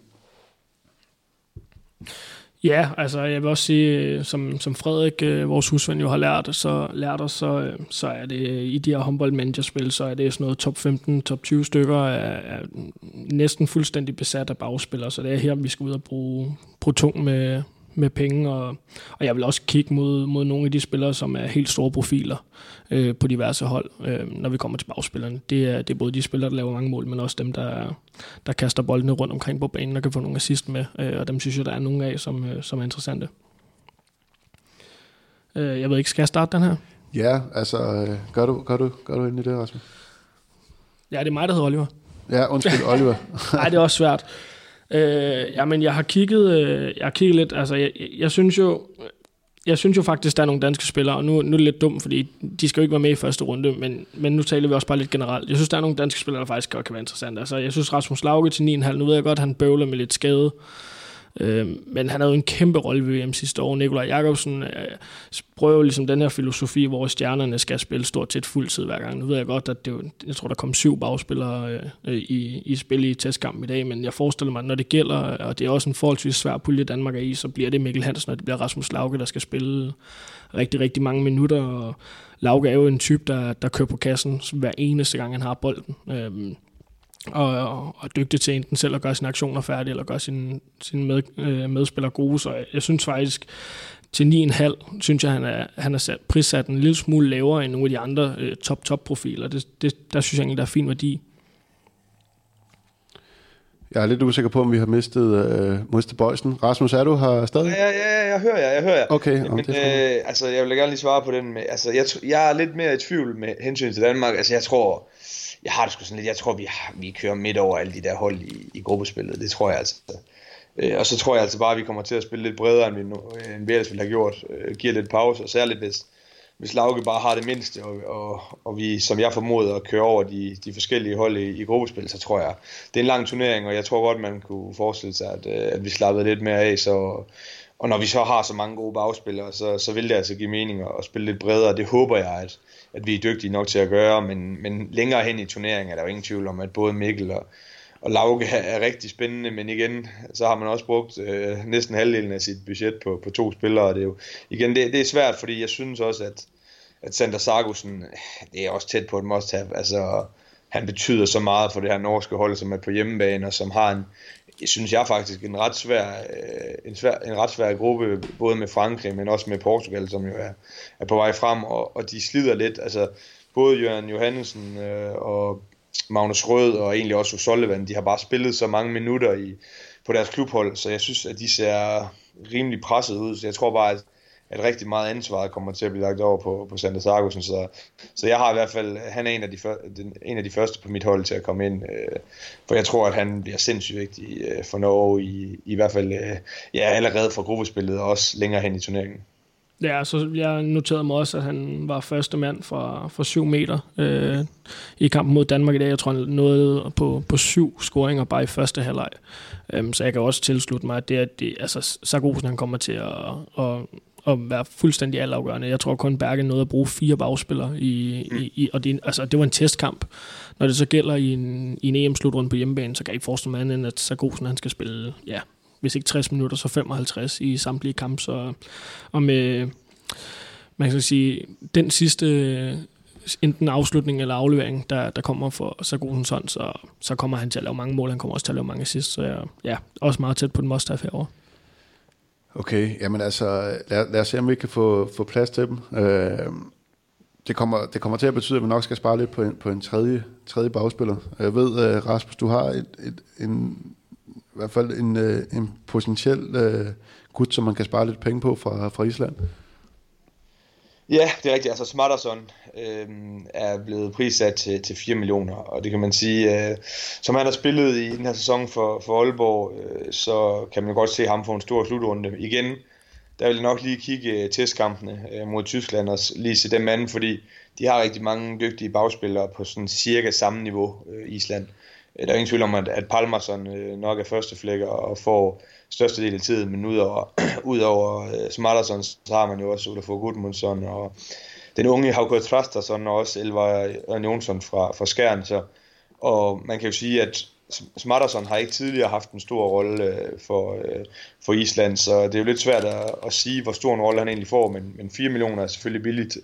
Ja, altså jeg vil også sige, som Frederik, vores husven jo har lært os, så er det i de her håndboldmanagerspil, så er det sådan noget top 15, top 20 stykker er næsten fuldstændig besat af bagspillere, så det er her, vi skal ud og bruge tung med penge, og jeg vil også kigge mod nogle af de spillere, som er helt store profiler på diverse hold, når vi kommer til bagspillerne. Det er både de spillere, der laver mange mål, men også dem, der kaster boldene rundt omkring på banen og kan få nogle assist med, og dem synes jeg, der er nogle af, som er interessante. Jeg ved ikke, skal jeg starte den her? Ja, altså, gør du ind i det, Rasmus? Ja, det er mig, der hedder Oliver. Ja, undskyld, Oliver. Nej, det er også svært. Jamen, jeg har kigget lidt, altså, jeg synes jo faktisk, der er nogle danske spillere, og nu er det lidt dumt, fordi de skal jo ikke være med i første runde, men nu taler vi også bare lidt generelt. Jeg synes, der er nogle danske spillere, der faktisk godt kan være interessante. Altså, jeg synes, Rasmus Lauke til 9,5, nu ved jeg godt, han bøvler med lidt skade, men han havde jo en kæmpe rolle ved VM sidste år. Nikolaj Jakobsen prøver ligesom den her filosofi, hvor stjernerne skal spille stort set fuldtid hver gang. Nu ved jeg godt, at jeg tror, der kom 7 bagspillere i spil i testkamp i dag, men jeg forestiller mig, at når det gælder, og det er også en forholdsvis svær pulje, Danmark er i, så bliver det Mikkel Hansen, og det bliver Rasmus Lauke, der skal spille rigtig, rigtig mange minutter, og Lauke er jo en type, der kører på kassen hver eneste gang, han har bolden. Og dygtig til enten selv at gøre sine aktioner færdige, eller gøre sine medspillere gode. Så jeg synes faktisk, til 9,5, synes jeg, han er prissat en lille smule lavere end nogle af de andre top-profiler. Der synes jeg egentlig, der er fin værdi. Jeg er lidt usikker på, om vi har mistet Bøjsen. Rasmus, er du her stadig? Ja, jeg hører jer. Okay. Men, altså, jeg vil gerne lige svare på den med, altså, jeg er lidt mere i tvivl med hensyn til Danmark. Altså, jeg har det sgu sådan lidt, jeg tror, vi kører midt over alle de der hold i gruppespillet. Det tror jeg altså. Og så tror jeg altså bare, at vi kommer til at spille lidt bredere, end vi ellers ville have gjort. Giver lidt pause, og særligt hvis Lauke bare har det mindste, og vi, som jeg formoder, kører over de forskellige hold i gruppespil, så tror jeg, det er en lang turnering, og jeg tror godt, man kunne forestille sig, at vi slappede lidt mere af, og når vi så har så mange gode bagspillere, så vil det altså give mening at spille lidt bredere. Det håber jeg, at vi er dygtige nok til at gøre, men længere hen i turneringen er der jo ingen tvivl om, at både Mikkel og Lauke er rigtig spændende, men igen, så har man også brugt næsten halvdelen af sit budget på 2 spillere, og det er jo, igen, det er svært, fordi jeg synes også, at Sander Sargussen, det er også tæt på et must-have, altså, han betyder så meget for det her norske hold, som er på hjemmebane, og som har synes jeg faktisk, en ret svær gruppe, både med Frankrig, men også med Portugal, som jo er på vej frem, og de slider lidt, altså, både Jørgen Johannesen og Magnus Rød og egentlig også Sullivan, de har bare spillet så mange minutter på deres klubhold, så jeg synes, at de ser rimelig presset ud, så jeg tror bare, at rigtig meget ansvar kommer til at blive lagt over på Sander Sargussen, så jeg har i hvert fald, han er en af de første på mit hold til at komme ind, for jeg tror, at han bliver sindssygt vigtig for Norge, i hvert fald allerede fra gruppespillet, og også længere hen i turneringen. Ja, så jeg noterede mig også, at han var første mand fra 7 meter i kampen mod Danmark i dag. Jeg tror, han nåede på 7 scoringer bare i første halvleg. Så jeg kan også tilslutte mig, at altså Sargussen, han kommer til at være fuldstændig altafgørende. Jeg tror kun Berge nåede at bruge 4 bagspillere og det var en testkamp. Når det så gælder i en EM-slutrunde på hjemmebane, så kan jeg ikke forestille mig andet, end at Sargussen, han skal spille, hvis ikke 60 minutter, så 55 i samtlige kampe. Og med, man kan sige, den sidste enten afslutning eller aflevering, der kommer for Sargussens hånd, så kommer han til at lave mange mål, han kommer også til at lave mange assist, så også meget tæt på den must-have herovre. Okay, jamen altså, lad os se, om vi kan få plads til dem. Det kommer til at betyde, at vi nok skal spare lidt på en tredje bagspiller. Jeg ved, Rasmus, du har i hvert fald en potentiel gut, som man kan spare lidt penge på fra Island. Ja, det er rigtigt. Altså Smatterson er blevet prissat til 4 millioner, og det kan man sige, som han har spillet i den her sæson for Aalborg, så kan man godt se ham få en stor slutrunde. Igen, der vil jeg nok lige kigge testkampene mod Tyskland og lige se dem anden, fordi de har rigtig mange dygtige bagspillere på sådan cirka samme niveau, Island. Der er ingen tvivl om, at Palmarsson nok er førsteflækker og får størstedel af tiden, men udover Smatterson, så har man jo også Olafur Gudmundsson og den unge Hauke Trastason og også Elvar Jonsson fra Skjern. Og man kan jo sige, at Smatterson har ikke tidligere haft en stor rolle for Island, så det er jo lidt svært at sige, hvor stor en rolle han egentlig får, men 4 millioner er selvfølgelig billigt.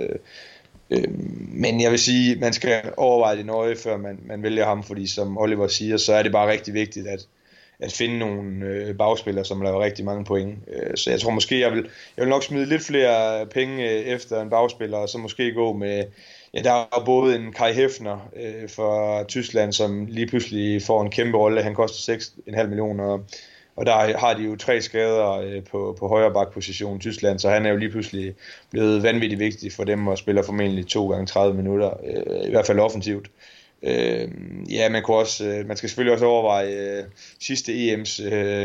Men jeg vil sige, man skal overveje det nøje, før man vælger ham, fordi som Oliver siger, så er det bare rigtig vigtigt at finde nogle bagspillere, som laver rigtig mange point. Så jeg tror måske, jeg vil nok smide lidt flere penge efter en bagspiller, og så måske gå med, der er både en Kai Hefner fra Tyskland, som lige pludselig får en kæmpe rolle. Han koster 6,5 millioner, og der har de jo 3 skader på højre bakposition i Tyskland, så han er jo lige pludselig blevet vanvittigt vigtig for dem og spiller formentlig 2 gange 30 minutter, i hvert fald offensivt. Man skal selvfølgelig også overveje sidste EM's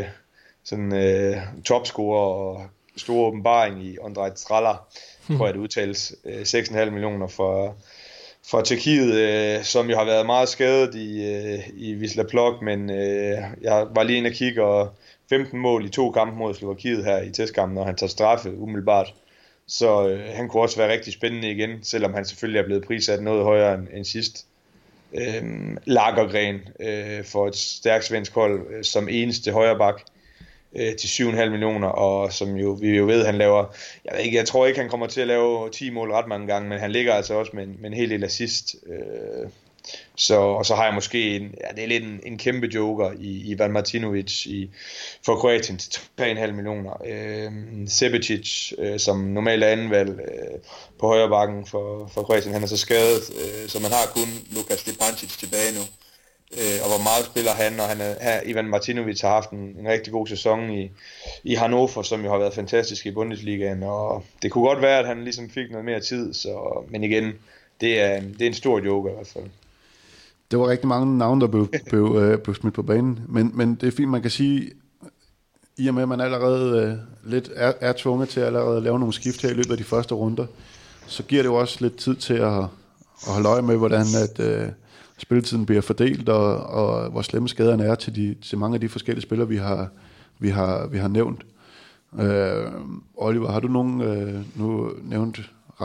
topscorer og store åbenbaring i Ondrej Straller, tror jeg det udtales, 6,5 millioner fra Tjekkiet, som jo har været meget skadet i Wisla Plock, men jeg var lige inde og kigge, og 15 mål i 2 kampe mod Slovakiet her i testkampen, og han tager straffe umiddelbart. Så han kunne også være rigtig spændende igen, selvom han selvfølgelig er blevet prissat noget højere end sidst. Lagergren for et stærkt svensk hold som eneste højreback til 7,5 millioner, og som vi ved, han laver, jeg tror ikke, han kommer til at lave 10 mål ret mange gange, men han ligger altså også med en hel del assist. Og så har jeg måske det er lidt en kæmpe joker i Ivan Martinovic for Kroatien til 3,5 millioner. Sebecic, som normalt er andenvalg på højre bakken for Kroatien, han er så skadet, så man har kun Lukas Stepancic tilbage nu. og hvor meget spiller han, og Ivan Martinovic har haft en rigtig god sæson i Hannover, som jo har været fantastisk i Bundesligaen, og det kunne godt være, at han ligesom fik noget mere tid, men igen, det er en stor joker i hvert fald. Det var rigtig mange navne, der blev smidt på banen, men det er fint, man kan sige, i og med, at man allerede lidt er tvunget til at allerede lave nogle skift her i løbet af de første runder, så giver det jo også lidt tid til at holde øje med, hvordan spilletiden bliver fordelt, og hvor slemme skaderne er til mange af de forskellige spillere, vi har nævnt. Oliver, har du nogen nu nævnt,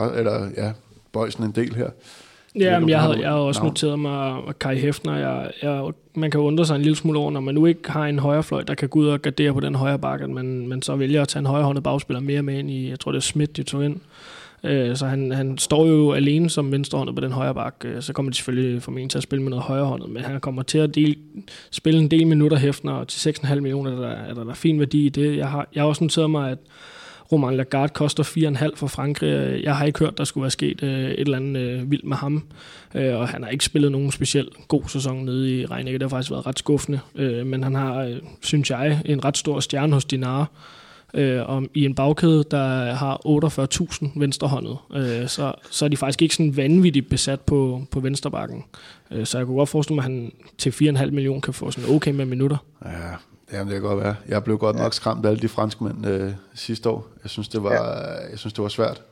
Boysen en del her? Ja, men jeg har også noteret mig Kai Hefner. Man kan undre sig en lille smule over, når man nu ikke har en højrefløj, der kan gå ud og gardere på den højre bakke, men så vælger at tage en højrehåndet bagspiller mere med ind i, jeg tror det er Schmidt, de tog ind. Så han står jo alene som venstrehåndet på den højre bakke. Så kommer de selvfølgelig formentlig til at spille med noget højrehåndet, men han kommer til at spille en del minutter Hefner, og til 6,5 millioner er der fin værdi i det. Jeg har også noteret mig, at Romain Lagarde koster 4,5 for Frankrig. Jeg har ikke hørt, der skulle være sket et eller andet vildt med ham. Og han har ikke spillet nogen speciel god sæson nede i Reinicke. Det har faktisk været ret skuffende. Men han har, synes jeg, en ret stor stjerne hos Dinara. Og i en bagkæde, der har 48.000 venstrehåndet. Så er de faktisk ikke sådan vanvittigt besat på venstrebakken. Så jeg kunne godt forestille mig, at han til 4,5 millioner kan få sådan okay med minutter. Ja. Jamen, det kan godt være. Jeg blev godt nok skræmt af alle de franskmænd sidste år. Jeg synes, det var svært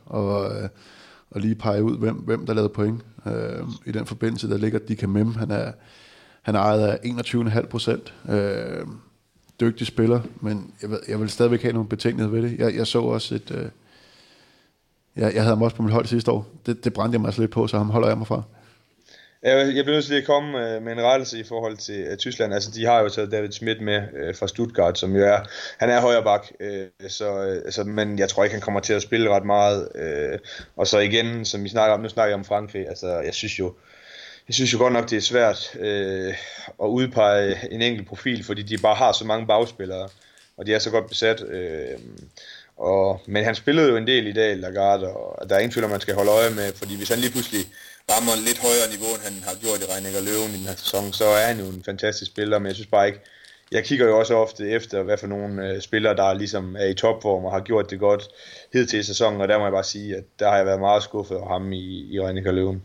at lige pege ud, hvem der lavede point. I den forbindelse, der ligger Dika Mem. Han er ejet af 21,5%. Dygtig spiller, men jeg vil stadigvæk have nogle betænkelighed ved det. Jeg så også jeg havde ham også på mit hold sidste år. Det brændte jeg mig altså lidt på, så ham holder jeg mig fra. Jeg bliver nødt til at komme med en rettelse i forhold til Tyskland. Altså, de har jo taget David Schmidt med fra Stuttgart, som jo han er højre bak, men jeg tror ikke, han kommer til at spille ret meget. Og så igen, som vi snakker om, nu snakker jeg om Frankrig, altså, jeg synes jo godt nok, det er svært at udpege en enkelt profil, fordi de bare har så mange bagspillere, og de er så godt besat. Men han spillede jo en del i dag, Lagarde, og der er ingen tvivl om, man skal holde øje med, fordi hvis han lige pludselig rammer en lidt højere niveau, end han har gjort i Reinicke og Løven i den her sæson, så er han jo en fantastisk spiller, men jeg synes bare ikke, jeg kigger jo også ofte efter, hvad for nogle spillere, der ligesom er i topform og har gjort det godt hidtil i sæsonen, og der må jeg bare sige, at der har jeg været meget skuffet af ham i Reinicke og Løven.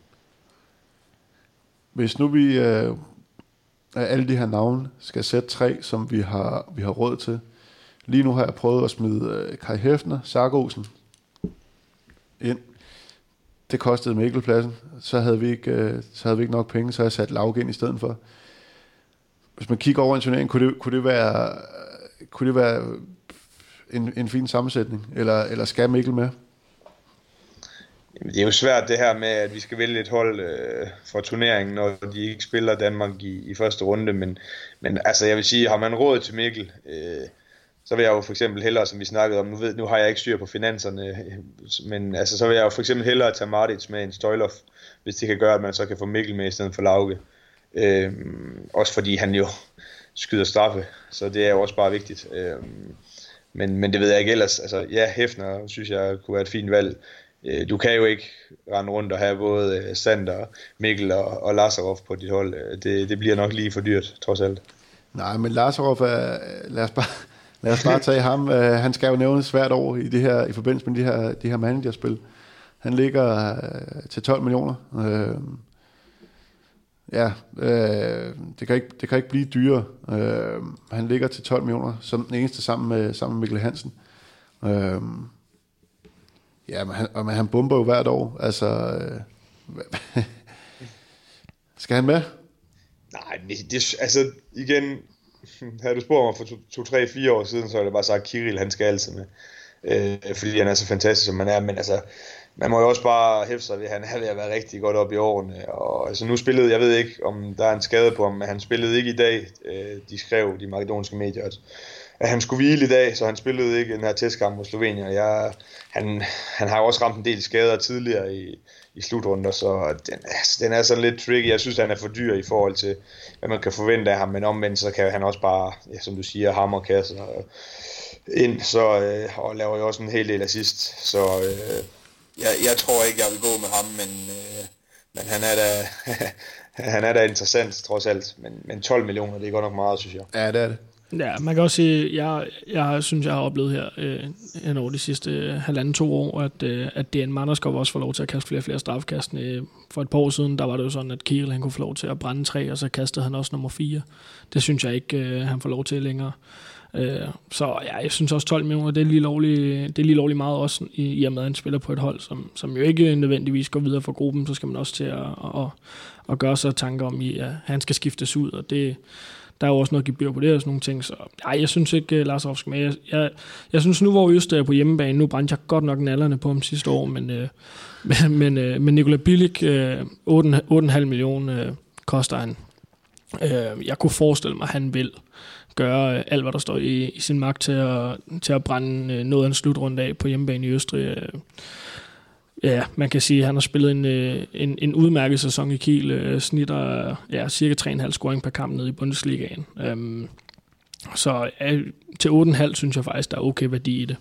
Hvis nu vi af alle de her navne skal sætte 3, som vi har råd til. Lige nu har jeg prøvet at smide Kai Hefner, Sargosen ind. Det kostede Mikkelpladsen. Så havde vi ikke nok penge, så har jeg sat Lauge ind i stedet for. Hvis man kigger over en turnering, kunne det være en fin sammensætning, eller skal Mikkel med? Det er jo svært det her med, at vi skal vælge et hold for turneringen, når de ikke spiller Danmark i første runde, men altså jeg vil sige, har man råd til Mikkel, så vil jeg jo for eksempel hellere, som vi snakkede om, nu har jeg ikke styr på finanserne, men altså så vil jeg jo for eksempel hellere tage Martins med en Stoilov, hvis det kan gøre, at man så kan få Mikkel med i stedet for Lauge. Også fordi han jo skyder straffe, så det er jo også bare vigtigt. Men det ved jeg ikke ellers. Altså ja, Hefner synes jeg kunne være et fint valg. Du kan jo ikke rende rundt og have både Sander, Mikkel og Lazarov på dit hold. Det bliver nok lige for dyrt, trods alt. Nej, men Lazarov lad os bare tage ham. Han skal jo nævnes hvert år i forbindelse med de her managerspil. Han ligger til 12 millioner. Det kan ikke blive dyrere. Han ligger til 12 millioner som den eneste sammen med Mikkel Hansen. Men han bomber jo hvert år. Altså, skal han med? Nej, altså igen, havde du spurgt mig for 2-3-4 år siden, så ville jeg bare sagt, Kirill, han skal altid med. Fordi han er så fantastisk, som man er. Men altså, man må jo også bare hæfte sig ved, at han er ved at være rigtig godt op i årene. Og altså, nu spillede, jeg ved ikke, om der er en skade på ham, men han spillede ikke i dag. De skrev, de makedonske medier, at han skulle hvile i dag, så han spillede ikke den her testkamp mod Slovenien. Han har jo også ramt en del skader tidligere i slutrunder, så den er sådan lidt tricky. Jeg synes, han er for dyr i forhold til, hvad man kan forvente af ham, men omvendt, så kan han også bare, ja, som du siger, hammer kasser ind, og laver jo også en hel del assist. Så jeg tror ikke, jeg vil gå med ham, men han er da interessant trods alt, men 12 millioner, det er godt nok meget, synes jeg. Ja, det er det. Ja, man kan også sige, jeg synes, jeg har oplevet her over de sidste 1,5-2 år, at DN Manderskov også får lov til at kaste flere straffekast. For et par år siden, der var det jo sådan, at Kiel han kunne få lov til at brænde 3, og så kastede han også nummer 4. Det synes jeg ikke, han får lov til længere. Så ja, jeg synes også 12 millioner, det er lige lovligt meget også, i og med at han spiller på et hold, som jo ikke nødvendigvis går videre for gruppen, så skal man også til at gøre sig tanker om, at han skal skiftes ud, og det der er jo også noget gebyr på det og sådan nogle ting, så jeg synes ikke, Lazarov skal med. Jeg synes nu, hvor Øst er på hjemmebane, nu brændte jeg godt nok nallerne på ham sidste år, men Nikola Bilic, 8,5 millioner koster han. Jeg kunne forestille mig, at han vil gøre alt, hvad der står i sin magt til at brænde noget af en slutrunde af på hjemmebane i Østrig. Ja, man kan sige, at han har spillet en udmærket sæson i Kiel, snitter cirka 3,5 scoring per kamp nede i Bundesligaen. Så til 8,5 synes jeg faktisk, der er okay værdi i det.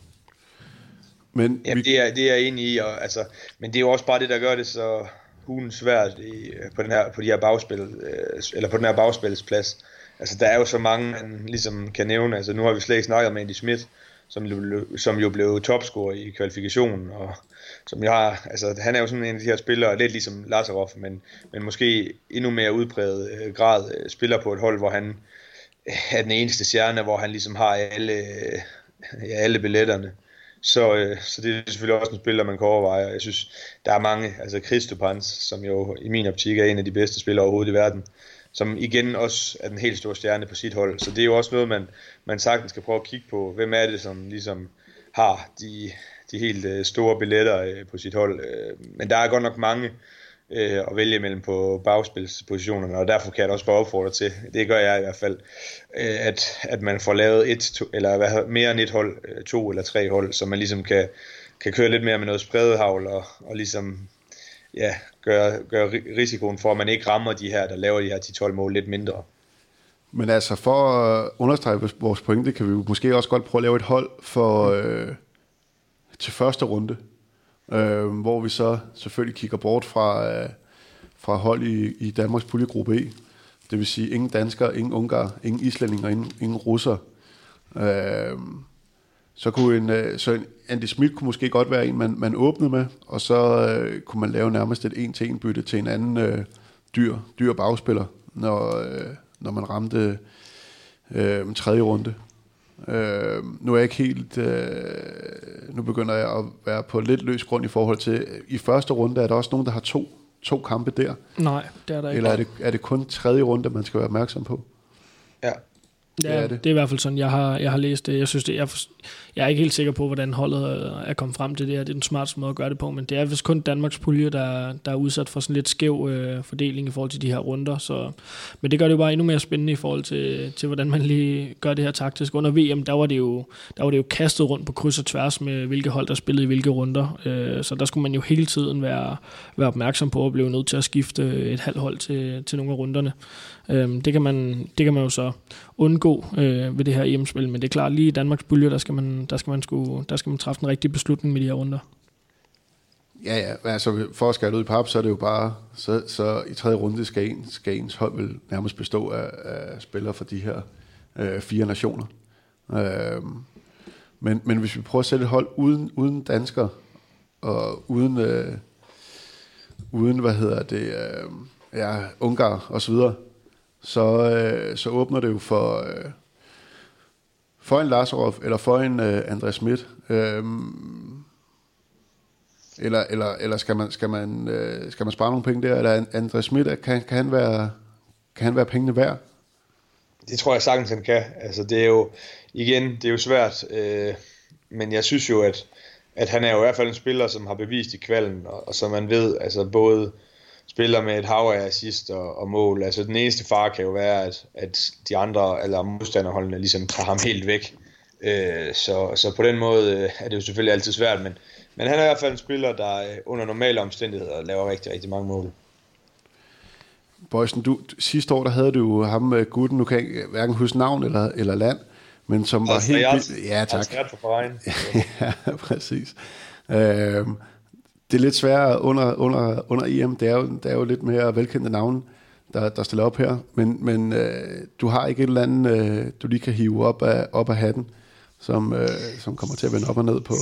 Men det er jeg enig i, men det er jo også bare det, der gør det så svært på de her bagspil, eller på den her bagspilsplads. Altså, der er jo så mange, man ligesom kan nævne. Altså, nu har vi slet ikke snakket med Andy Schmidt, som jo blev topscorer i kvalifikationen, og som jeg har, altså han er jo sådan en af de her spillere, lidt ligesom Lazarov, men måske endnu mere udpræget grad spiller på et hold, hvor han er den eneste stjerne, hvor han ligesom har alle billetterne. Så det er selvfølgelig også en spiller, man kan overveje. Jeg synes, der er mange, altså Kristopans, som jo i min optik er en af de bedste spillere overhovedet i verden, som igen også er den helt store stjerne på sit hold. Så det er jo også noget, man sagtens skal prøve at kigge på. Hvem er det, som ligesom har de helt store billetter på sit hold? Men der er godt nok mange at vælge mellem på bagspilspositionerne, og derfor kan jeg også bare opfordre til, det gør jeg i hvert fald, at man får lavet mere end et hold, 2 eller 3 hold, så man ligesom kan køre lidt mere med noget spredhavl og ligesom gøre risikoen for, at man ikke rammer de her, der laver de her 10-12 mål lidt mindre. Men altså, for at understrege vores pointe, kan vi jo måske også godt prøve at lave et hold til første runde, hvor vi så selvfølgelig kigger bort fra hold i Danmarks puljegruppe E. Det vil sige ingen danskere, ingen ungarer, ingen islændinger, ingen russer. Så Andy Schmidt kunne måske godt være en, man åbnede med, og så kunne man lave nærmest et 1-1 bytte til en anden dyr bagspiller, når man ramte tredje runde. Nu er jeg ikke helt... nu begynder jeg at være på lidt løs grund i forhold til... I første runde er der også nogen, der har to kampe der. Nej, det er der ikke. Eller er det kun tredje runde, man skal være opmærksom på? Ja. Ja, det er i hvert fald sådan, jeg har læst det. Jeg synes jeg er ikke helt sikker på, hvordan holdet er kommet frem til det her. Det er den smarteste måde at gøre det på, men det er vist kun Danmarks pulje, der er udsat for sådan lidt skæv fordeling i forhold til de her runder. Men det gør det jo bare endnu mere spændende i forhold til hvordan man lige gør det her taktisk. Under VM, der var det jo kastet rundt på kryds og tværs med, hvilke hold, der spillede i hvilke runder. Så der skulle man jo hele tiden være opmærksom på at blive nødt til at skifte et halvt hold til nogle af runderne. Det kan man jo så undgå ved det her EM-spil, men det er klart, lige i Danmarks pulje, der skal man træffe en rigtig beslutning med de her runder. Ja, altså for at skære ud i pap, så er det jo bare, så i tredje runde skal ens hold vel nærmest bestå af spillere fra de her 4 nationer. Men hvis vi prøver at sætte et hold uden danskere, og uden Ungar og så videre, så åbner det jo for en Lazarov, eller for en Andreas Schmidt, eller skal man spare nogle penge der, eller Andreas Schmidt, kan han være pengene værd? Det tror jeg sagtens han kan. Altså det er jo svært, men jeg synes jo, at han er jo i hvert fald en spiller, som har bevist i kvalden, og som man ved, altså både spiller med et hav af assist og mål. Altså den eneste fare kan jo være, at de andre eller modstanderholdene ligesom tager ham helt væk. Så på den måde er det jo selvfølgelig altid svært, men han er i hvert fald en spiller, der under normale omstændigheder laver rigtig, rigtig mange mål. Boysen, sidste år der havde du ham gutten, nu kan jeg hverken huske navn eller land, men som var helt... Ja, tak. Ja, præcis. det er lidt sværere under EM. Det er jo lidt mere velkendte navne, der stiller op her. Men du har ikke et eller andet, du lige kan hive op af hatten, som kommer til at vende op og ned på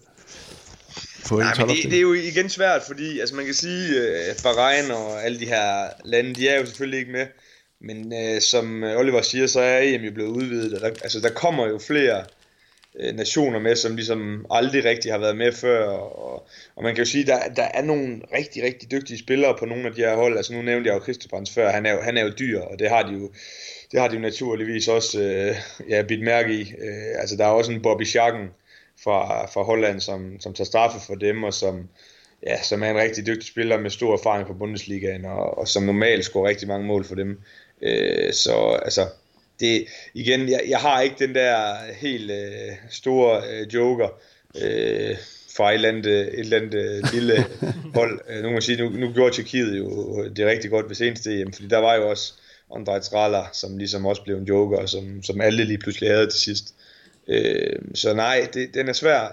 Nej, men det er jo igen svært, fordi altså man kan sige, Bahrain og alle de her lande, de er jo selvfølgelig ikke med. Men som Oliver siger, så er EM jo blevet udvidet, og der kommer jo flere nationer med, som ligesom aldrig rigtig har været med før, og man kan jo sige, der er nogle rigtig, rigtig dygtige spillere på nogle af de her hold. Altså nu nævnte jeg jo Kristoffans før, han er jo dyr, og det har de jo naturligvis også bidt mærke i. Altså der er også en Bobby Schaken fra Holland, som tager straffe for dem, og som er en rigtig dygtig spiller med stor erfaring fra Bundesligaen, og som normalt scorer rigtig mange mål for dem. Så altså, det igen, jeg har ikke den der helt store joker fra et eller andet lille hold. Nu må jeg sige, nu gjorde Tjekkiet jo det rigtig godt ved seneste EM, fordi der var jo også Ondrej Zrala, som ligesom også blev en joker, og som alle lige pludselig havde til sidst. Så nej, den er svær.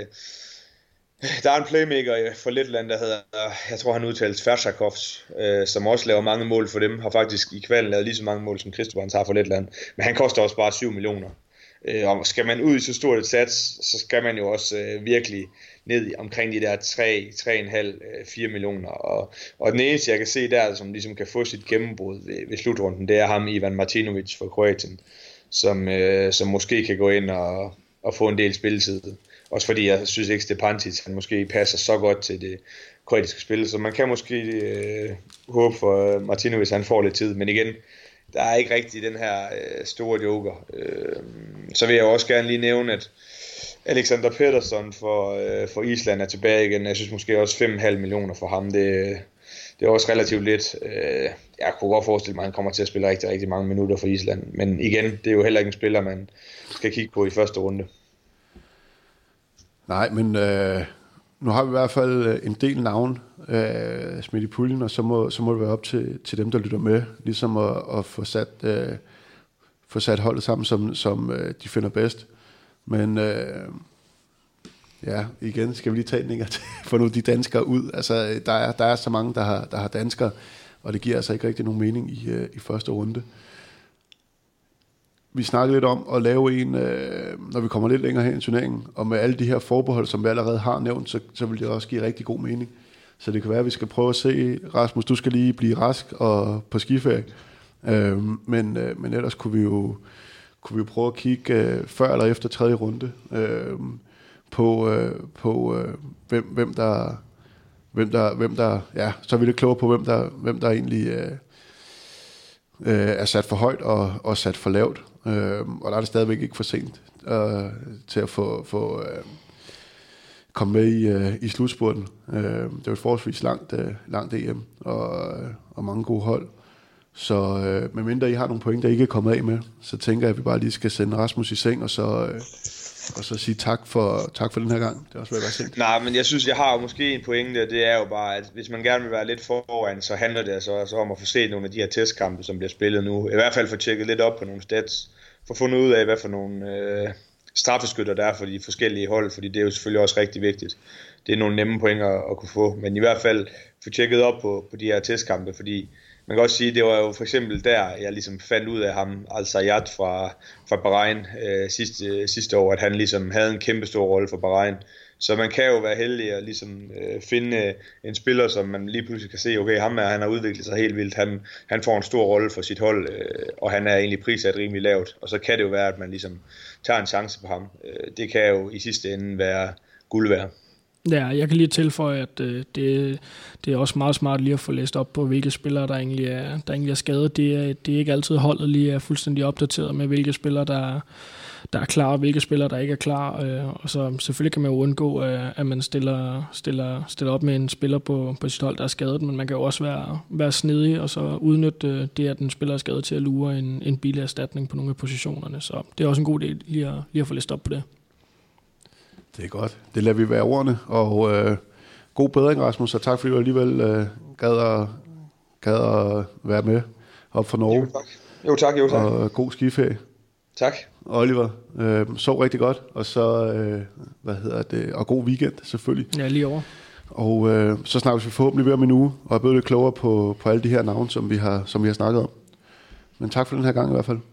Der er en playmaker for Letland, der hedder, jeg tror han udtales Fershakovs, som også laver mange mål for dem, har faktisk i kvalen lavet lige så mange mål, som Kristoffans har for Letland, men han koster også bare 7 millioner. Og skal man ud i så stort et sats, så skal man jo også virkelig ned omkring de der 3,5-4 millioner. Og den eneste, jeg kan se der, som ligesom kan få sit gennembrud ved slutrunden, det er ham, Ivan Martinovic fra Kroatien, som måske kan gå ind og få en del spilletid. Også fordi jeg synes ikke, Stepantic han måske passer så godt til det kroatiske spil, så man kan måske håbe for Martinovic, han får lidt tid. Men igen, der er ikke rigtig den her store joker. Så vil jeg også gerne lige nævne, at Alexander Pedersen for Island er tilbage igen. Jeg synes måske også 5,5 millioner for ham. Det er også relativt lidt. Jeg kunne godt forestille mig, at han kommer til at spille rigtig, rigtig mange minutter for Island. Men igen, det er jo heller ikke en spiller, man skal kigge på i første runde. Nej, men nu har vi i hvert fald en del navn smidt i puljen, og så må det være op til dem, der lytter med, ligesom at få sat holdet sammen, som de finder bedst. Men igen skal vi lige tage den, at få nogle af de danskere ud. Altså, der er så mange, der har danskere, og det giver altså ikke rigtig nogen mening i første runde. Vi snakker lidt om at lave en, når vi kommer lidt længere hen i turneringen, og med alle de her forbehold, som vi allerede har nævnt, så vil det også give rigtig god mening. Så det kan være, at vi skal prøve at se, Rasmus, du skal lige blive rask og på skiferie. Men ellers kunne vi jo prøve at kigge før eller efter tredje runde på hvem der så er vi lidt klogere på, hvem der egentlig er sat for højt og sat for lavt. Og der er det stadigvæk ikke for sent til at få komme med i slutspurten. Det var et forholdsvis langt EM og mange gode hold. Så medmindre I har nogle point, der ikke er kommet af med, så tænker jeg, at vi bare lige skal sende Rasmus i seng, og så sige tak for den her gang. Det er også ved at være sent. Nej, men jeg synes, jeg har måske en pointe, og det er jo bare, at hvis man gerne vil være lidt foran, så handler det altså om at få set nogle af de her testkampe, som bliver spillet nu. I hvert fald få tjekket lidt op på nogle stats, for at finde ud af, hvad for nogle straffeskytter der er for de forskellige hold, fordi det er jo selvfølgelig også rigtig vigtigt. Det er nogle nemme pointer at kunne få, men i hvert fald få tjekket op på de her testkampe, fordi man kan også sige, det var jo for eksempel der, jeg ligesom fandt ud af ham, Al-Sayyad fra Bahrain sidste år, at han ligesom havde en kæmpe stor rolle for Bahrain. Så man kan jo være heldig at ligesom finde en spiller, som man lige pludselig kan se, okay, han har udviklet sig helt vildt, han får en stor rolle for sit hold, og han er egentlig prissat rimelig lavt, og så kan det jo være, at man ligesom tager en chance på ham. Det kan jo i sidste ende være guld værd. Ja, jeg kan lige tilføje, at det er også meget smart lige at få læst op på, hvilke spillere, der egentlig er skadet. Det er ikke altid holdet lige er fuldstændig opdateret med, hvilke spillere, der er klar, og hvilke spillere, der ikke er klar. Og så selvfølgelig kan man jo undgå, at man stiller op med en spiller på sit hold, der er skadet, men man kan jo også være snedig, og så udnytte det, at den spiller er skadet til at lure en billig erstatning på nogle af positionerne. Så det er også en god idé lige at få læst op på det. Det er godt. Det lader vi være ordene. Og god bedring, Rasmus, og tak fordi du alligevel gad at være med op fra Norge. Jo tak. Og god skiferie. Tak. Oliver, sov rigtig godt, og så, og god weekend selvfølgelig. Ja, lige over. Og så snakkes vi forhåbentlig ved om en uge, og er blevet lidt klogere på alle de her navne, som vi har snakket om. Men tak for den her gang i hvert fald.